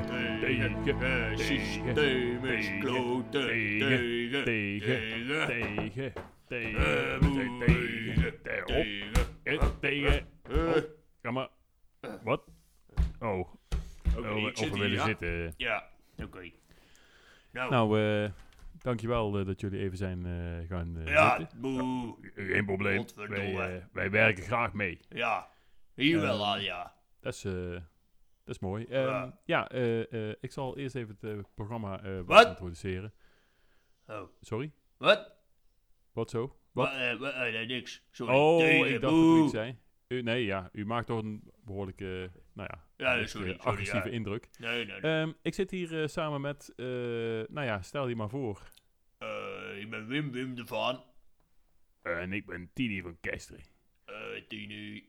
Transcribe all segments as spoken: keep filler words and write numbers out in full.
tegen, tegen, systeem is kloten, tegen, tegen, tegen, tegen, tegen, tegen, tegen, oh, ga maar, wat? Oh, Oké, oh, ik of zit we hier, willen ja. zitten. Ja, oké. Nou, Nou, eh, dankjewel uh, dat jullie even zijn uh, gaan uh, ja, zitten. boe. Geen probleem, Godverdomme. wij, uh, wij werken graag mee. Ja, hier Um, wel aan, ja. Dat is, uh, dat is mooi. Um, Ja. ja, uh, uh, ik zal eerst even het uh, programma uh, Wat? introduceren. Oh, Sorry? wat? Wat zo? Wat? Wat? Uh, wat? Uh, nee, niks. Sorry. Oh, Tegen, ik dacht boe. dat u iets zei. U, nee, ja, u maakt toch een behoorlijke, nou ja, Ja, echt, sorry, uh, sorry, agressieve ja. indruk. Nee, nee, nee. Um, ik zit hier uh, samen met, uh, nou ja, stel je maar voor. Uh, ik ben Wim Wim de Vaan. Uh, en ik ben Tini van Kesteren. Uh, Tini.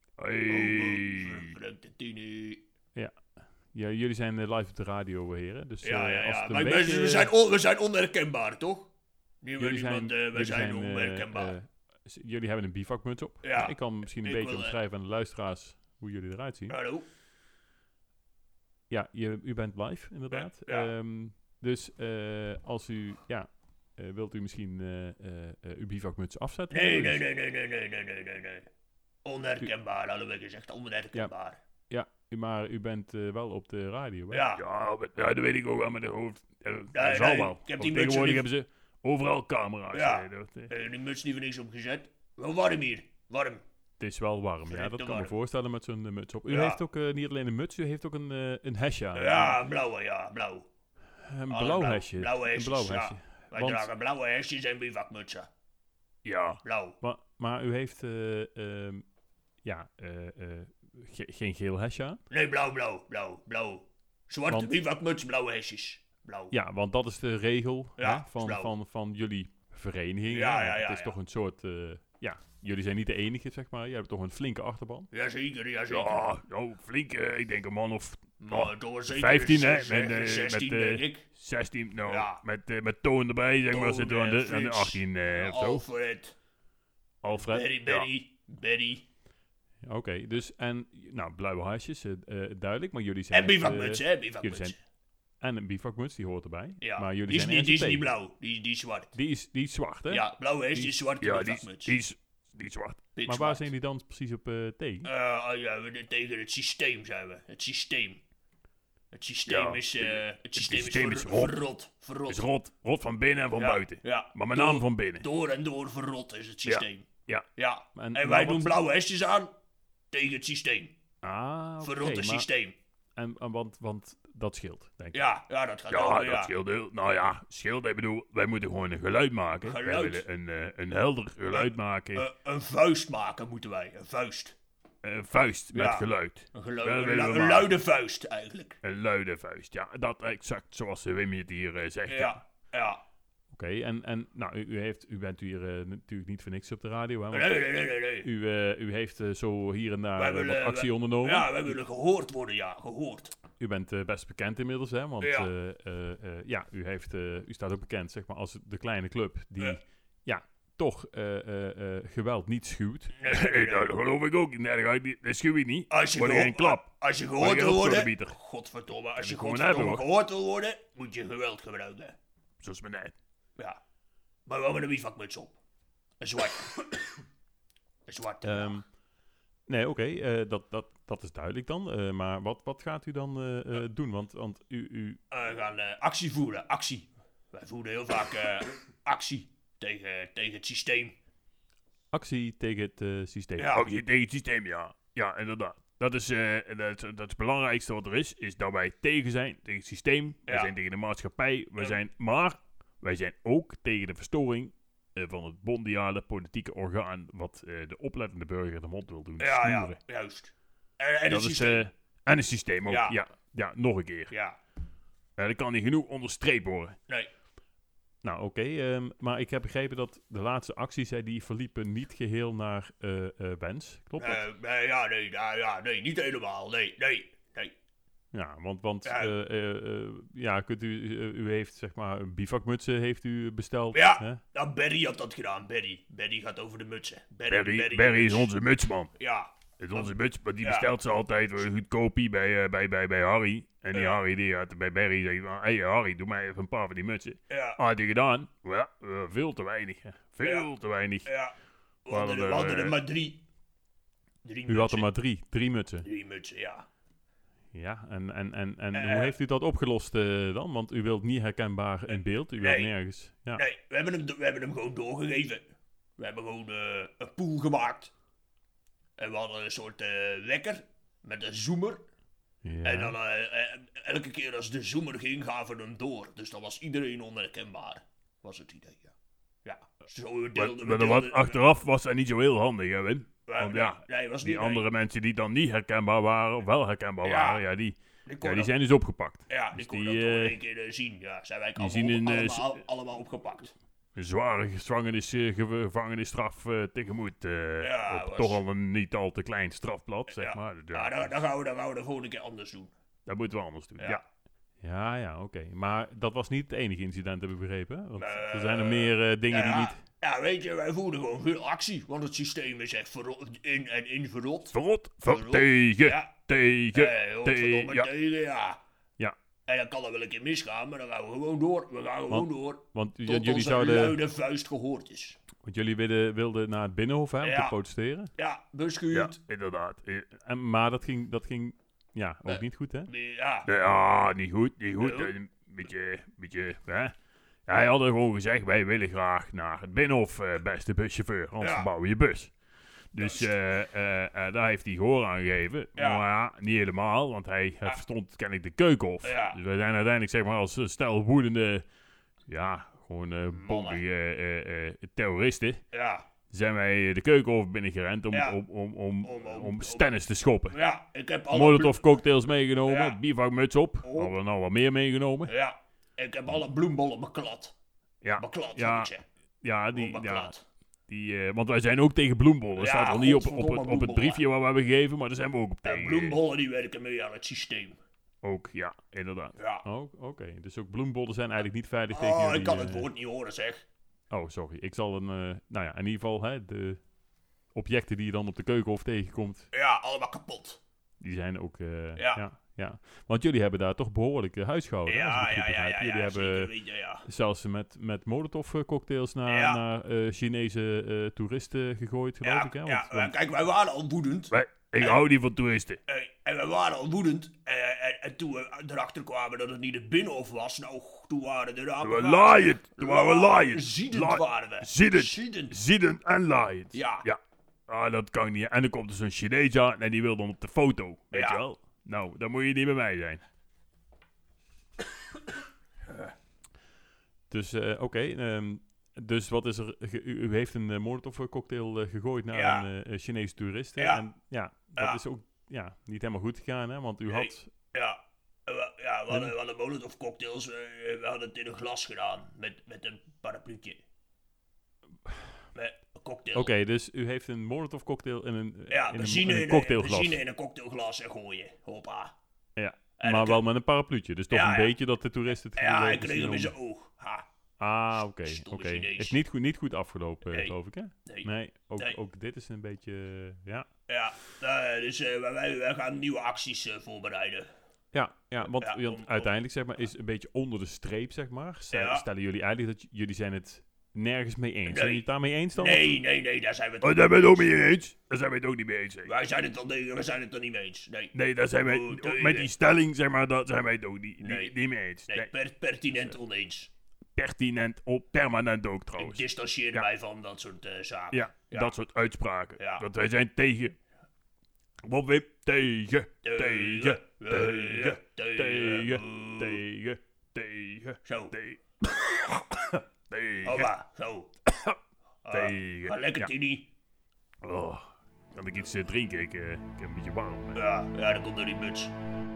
Hey. Oh, vervrekte Tini. Ja, jullie zijn uh, live op de radio, heren. Dus, Ja, uh, ja, als ja. het een Maar beetje, mensen, we, zijn on, we zijn onherkenbaar, toch? Nu jullie iemand, zijn, uh, we jullie zijn, zijn, uh, onherkenbaar. uh, s- jullie hebben een bivakmuts op. Ja. Ik kan misschien een Ik beetje wil, uh, omschrijven aan de luisteraars hoe jullie eruit zien. Hallo? Ja, je, u bent live, inderdaad. Ja, ja. Um, dus uh, als u, ja, uh, wilt u misschien uh, uh, uh, uw bivakmuts afzetten? Nee, nee, nee, nee, nee, nee, nee, nee, nee, nee. Onherkenbaar, hadden we gezegd. Onherkenbaar. Ja, u, maar u bent uh, wel op de radio, hè? Ja. Ja, maar, ja, dat weet ik ook wel met de hoofd. Uh, dat Nee, zal nee, wel. ik heb Want die tegenwoordig mutsen hebben ze overal camera's. Ja. hè, dat, uh, Uh, die muts niet voor niks opgezet. Wel warm hier. Warm. Het is wel warm, ja. Verrekte Dat kan me warm. voorstellen met zo'n uh, muts op. U Ja. heeft ook uh, niet alleen een muts, u heeft ook een, uh, een hesje aan. Ja, blauwe, ja, blauw. Een Alles blauw blauw. hesje. Blauwe Een hesjes, blauw ja. hesje. Wij Want- dragen blauwe hesjes en bivakmutsen. Ja. Blauw. Maar, maar u heeft, uh, um, ja, uh, uh, ge- geen geel hesje aan. Nee, blauw, blauw, blauw, blauw. Zwarte Want- bivakmuts, blauwe hesjes. Blauw. Ja, want dat is de regel Ja, hè, van, blauw. van, van jullie vereniging. Ja, hè, ja, want ja, Het is ja. toch een soort, uh, ja, jullie zijn niet de enige, zeg maar. Je hebt toch een flinke achterban. Jazeker, jazeker. Ja, nou, flink, uh, ik denk een man of Maar toch zeker vijftien, hè, zes- met, uh, zestien, met, uh, denk ik. zestien, nou, Ja. met, uh, met Toon erbij, zeg maar, Toon, zitten we aan eh, de, aan de Frits, achttien uh, of zo. Alfred, Alfred. Berry, Ja. Berry, Berry. Oké, okay, dus en, nou, blauwe hasjes, uh, uh, duidelijk, maar jullie zijn... En bivakmuts, uh, hè, jullie bivakmuts. zijn- En een bivakmuts, die hoort erbij. Ja, Maar jullie die is, zijn niet, die is ergens niet tegen. blauw, die, die is zwart. Die is, die is zwart, hè? Ja, blauwe hesjes, Die- is zwarte Ja, die is, bivakmuts. die is, die is zwart. Pik Maar waar zwart. zijn jullie dan precies op uh, tegen? Eh, oh ja, we, tegen het systeem zijn we. Het systeem. Het systeem Ja, is, eh, het systeem systeem is, is ver, rot. verrot. Verrot. Het is rot. Rot van binnen en van Ja, buiten. Ja. Maar met Door- name van binnen. Door en door verrot is het systeem. Ja. Ja. En- En, maar wij wat- doen blauwe hesjes aan tegen het systeem. Ah, oké. Verrotte maar- systeem. En, en want, want dat scheelt, denk ik. Ja, ja, dat gaat Ja, over, dat ja. scheelt heel... Nou ja, scheelt. Ik bedoel, wij moeten gewoon een geluid maken. Wij Geluid? willen een, uh, een helder geluid maken. Eh, een vuist maken moeten wij. Een vuist. Een vuist met Ja. geluid. Een, gelu- Dat een, willen lu- we een maken. luide vuist, eigenlijk. Een luide vuist. Ja, dat exact zoals Wim het hier uh, zegt. Ja. Ja, ja. Oké, en, en nou, u, u, heeft, u bent hier uh, natuurlijk niet voor niks op de radio, hè? Want Nee, nee, nee, nee, nee. u, uh, u heeft uh, zo hier en daar Wij uh, willen- wat actie wij- ondernomen. Ja, wij willen gehoord worden, ja. Gehoord. U bent uh, best bekend inmiddels, hè? Want Ja. uh, uh, uh, ja, u, heeft, uh, u staat ook bekend, zeg maar, als de kleine club die, ja, Ja. toch uh, uh, uh, geweld niet schuwt. Nee, nee, nee, nee. dat geloof ik ook. Nee, dat, ga ik niet, dat schuw ik niet. Als je, Word geho- geen klap. als je Word gehoord geen wil worden, opzoderbieter. godverdomme, als Kan je ik gewoon godverdomme hebben, hoor. gehoord wil worden, moet je geweld gebruiken. Zoals mijn net. Ja. Maar wel met een bivakmuts op. Een zwart. Een zwart. Um, nee, oké, okay, uh, dat, dat, dat is duidelijk dan. Uh, maar wat, wat gaat u dan uh, uh, doen? Want, want u... u... Uh, we gaan uh, actie voeren, actie. Wij voeren heel vaak uh, actie tegen, tegen het systeem. Actie tegen het uh, systeem. Ja. Actie tegen het systeem, ja. Ja, inderdaad. Dat is, uh, dat, dat is het belangrijkste wat er is, is dat wij tegen zijn, tegen het systeem. Wij Ja. zijn tegen de maatschappij. Wij Ja. zijn, maar wij zijn ook tegen de verstoring uh, van het mondiale politieke orgaan wat uh, de oplettende burger de mond wil doen Ja, ja, snoeren. juist. En, en het Dat is, systeem. uh, en het systeem ook, ja. Ja. Ja, ja nog een keer. Ja, Uh, dat kan niet genoeg onderstreept worden. nee. Nou, oké, okay, um, maar ik heb begrepen dat de laatste acties, hè, die verliepen niet geheel naar uh, uh, wens. Klopt dat? Uh, nee, ja, nee, ja, ja, nee, niet helemaal. Nee, nee, nee. Ja, want, want Ja. uh, uh, uh, ja, kunt u, uh, u heeft zeg maar een bivakmutsen heeft u besteld. Ja. Hè? Nou, Barry had dat gedaan, Barry. Barry gaat over de mutsen. Barry, Barry, Barry, Barry is muts. onze mutsman. Ja, Het is onze muts, maar die Ja. bestelt ze altijd een goedkopie bij, uh, bij, bij, bij Harry. En die Ja. Harry die gaat bij Barry zeggen van, hé hey, Harry, doe mij even een paar van die mutsen. Ja, Ah, had hij gedaan? Ja, uh, veel te weinig. Hè. Veel Ja. te weinig. ja. We We hadden, er- we hadden hadden er, er maar drie. Drie U had er mutsen. maar drie, drie mutsen. Drie mutsen, ja. Ja, en, en, en, en Eh. hoe heeft u dat opgelost uh, dan? Want u wilt niet herkenbaar in beeld, u wilt Nee. nergens. Ja. Nee, we hebben hem, we hebben hem gewoon doorgegeven. We hebben gewoon uh, een pool gemaakt. En we hadden een soort uh, wekker met een zoomer. Ja. En dan uh, uh, elke keer als de zoomer ging, gaven we hem door. Dus dan was iedereen onherkenbaar. Was het idee, ja. Ja, zo we Maar, deelden, maar we wat deelden- achteraf was dat niet zo heel handig, hè Wim? we- want nee, ja, nee, was Die niet, andere mensen die dan niet herkenbaar waren, of wel herkenbaar Ja. waren, ja, die, nee. Die kon ja, die dat- zijn dus opgepakt. Ja, die dus kon die, dat toch eh, in één keer uh, zien. Ja, zijn wij die allemaal, zien een, eh, allemaal, allemaal opgepakt. Een zware gevangenis, uh, gevangenisstraf uh, tegemoet. Uh, Ja, op was- toch al een niet al te klein strafblad, zeg Ja. maar. Ja, Ja, dan, dan, gaan we, dan gaan we de volgende keer anders doen. dat moeten we anders doen. Ja, Ja. ja, ja, oké. Maar dat was niet het enige incident, hebben we begrepen, hè? Want Eh, er zijn er meer uh, dingen ja, die niet... Ja, weet je, wij voerden gewoon veel actie. Want het systeem is echt verrot, in en in verrot. Verrot, ver, Verrot. tegen, Ja, tegen. eh, godverdomme, ja. tegen, ja. Ja. En dan kan er wel een keer misgaan, maar dan gaan we gewoon door. We gaan gewoon Want- door. Want j- Tot jullie onze zouden... luide vuist gehoord is. Want jullie wilden, wilden naar het Binnenhof, hè, om te Ja. protesteren. Ja, Ja, beschuurd. inderdaad. Eh, En, maar dat ging, dat ging ja, ook Nee. niet goed, hè? Ja. Nee, ah, niet goed, niet goed. Nee. Eh, Een beetje, beetje, hè? Ja, hij had er gewoon gezegd, wij willen graag naar het Binnenhof, eh, beste buschauffeur. Anders Ja. verbouwen we je bus. Dus Juist. eh, eh, eh, daar heeft hij gehoor aan gegeven. Ja. Maar ja, niet helemaal, want hij, hij Ja. verstond kennelijk de keukenhof. Ja. Dus wij zijn uiteindelijk, zeg maar, als eh, stel woedende, ja, gewoon eh Mannen. bonkige eh, eh, terroristen, Ja. zijn wij de keukenhof binnengerend om, Ja. om, om, om, Om- om- om stennis te schoppen. Ja, ik heb alle... Molotov cocktails meegenomen, Ja. bivakmuts op. Op. Hadden we nou wat meer meegenomen. blo- Ja, ik heb alle bloembollen beklad. Ja, Beklad, ja, moet ik zeggen. ja, die, Gewoon ja beklad. die, eh, want wij zijn ook tegen bloembollen. Dat Ja, staat al niet op, op, godverdomme het, op het bloembollen. briefje wat we hebben gegeven, maar daar zijn we ook op En tegen. bloembollen die werken mee aan het systeem. Ook, ja, inderdaad. Ja. Oh, oké. Dus ook bloembollen zijn eigenlijk niet veilig tegen Oh, jullie. ik kan eh, het woord niet horen, zeg. Oh, sorry. Ik zal een, eh, nou ja, in ieder geval, hè, de objecten die je dan op de keukenhof tegenkomt, Ja, allemaal kapot. die zijn ook, eh, Ja. ja. ja, Want jullie hebben daar toch behoorlijk uh, huisgehouden, hè, als ik Ja, het ja, goed ja, begrijp. ja, Jullie ja, hebben zeker weten, ja. zelfs met, met molotov eh, cocktails naar, Ja. naar eh, Chinese eh, toeristen gegooid, geloof Ja, ik. Hè? ja, Want, eh, want kijk, wij waren al woedend. wij, ik Eh. hou niet van toeristen. Eh, en we waren al woedend. eh, en, en toen we erachter kwamen dat het niet het Binnenhof was, nou, toen waren de ramen... We laaiend. Toen waren we laaiend. Ziedend Laai- waren we. Ziedend. Ziedend. Ziedend en laaiend. Ja. Ja. Ah, dat kan niet. En dan komt er zo'n Chinees aan en die wil dan op de foto. Weet Ja. je wel? Nou, dan moet je niet bij mij zijn. Dus, eh, oké. ehm, dus wat is er... ge- u, u heeft een uh, molotov cocktail eh, gegooid naar Ja. een eh, Chinese toerist. hè? Ja. En ja, dat Ja. is ook ja, niet helemaal goed gegaan, hè? Want u Nee. had... Ja. eh, we- Ja, we hadden, we hadden molotov cocktails. eh, we hadden het in een glas gedaan. Met, met een parapluutje. Met een cocktail. Oké, dus u heeft een molotov cocktail in een, Ja, in een, benzine in in, een een cocktailglas. benzine in een cocktailglas en gooien. Hoppa. Ja. En Maar ik- wel met een parapluutje. Dus toch Ja, een ja. beetje dat de toerist het Ja, gevoel ik heeft kreeg hem in misschien zijn oog. Ha. om- Ah, oké. Stomme oké. Chinees. Is niet goed, niet goed afgelopen, Nee. geloof ik, hè? Nee. Nee, ook, Nee. ook dit is een beetje... eh, ja. Ja, eh, dus eh, wij, wij- wij gaan nieuwe acties eh, voorbereiden. Ja, ja, want, Ja, want om- om- uiteindelijk zeg maar, is een beetje onder de streep, zeg maar. Stel- Ja. Stellen jullie eigenlijk dat j- jullie zijn het nergens mee eens. Nee. Zijn jullie het daarmee eens dan? Nee, nee, nee, daar zijn we het Oh, ook daar zijn we niet het ook mee mee eens. Daar zijn we het ook niet mee eens. hè. Wij zijn het, dan, nee, we zijn het er niet mee eens. Nee, Nee, daar zijn wij, Oh, nee, met nee. die stelling, zeg maar, daar zijn wij het ook niet, niet, Nee. niet mee eens. nee, Nee. per- pertinent oneens. Pertinent, op permanent ook Ik trouwens. distancieer Ja. mij van dat soort eh, zaken. Ja, Ja. dat soort uitspraken. Ja. Want wij zijn tegen. Bob Wip, tegen, tegen, Tegen, tegen, tegen, tegen, oeh. tegen, tegen, Zo, tegen, tegen, hoppa, zo. Ah, tegen. Ga lekker, Ja. Tini. Oh, kan ik iets eh, drinken? Ik, eh, ik heb een beetje warm. Ja, ja, dat komt door die muts.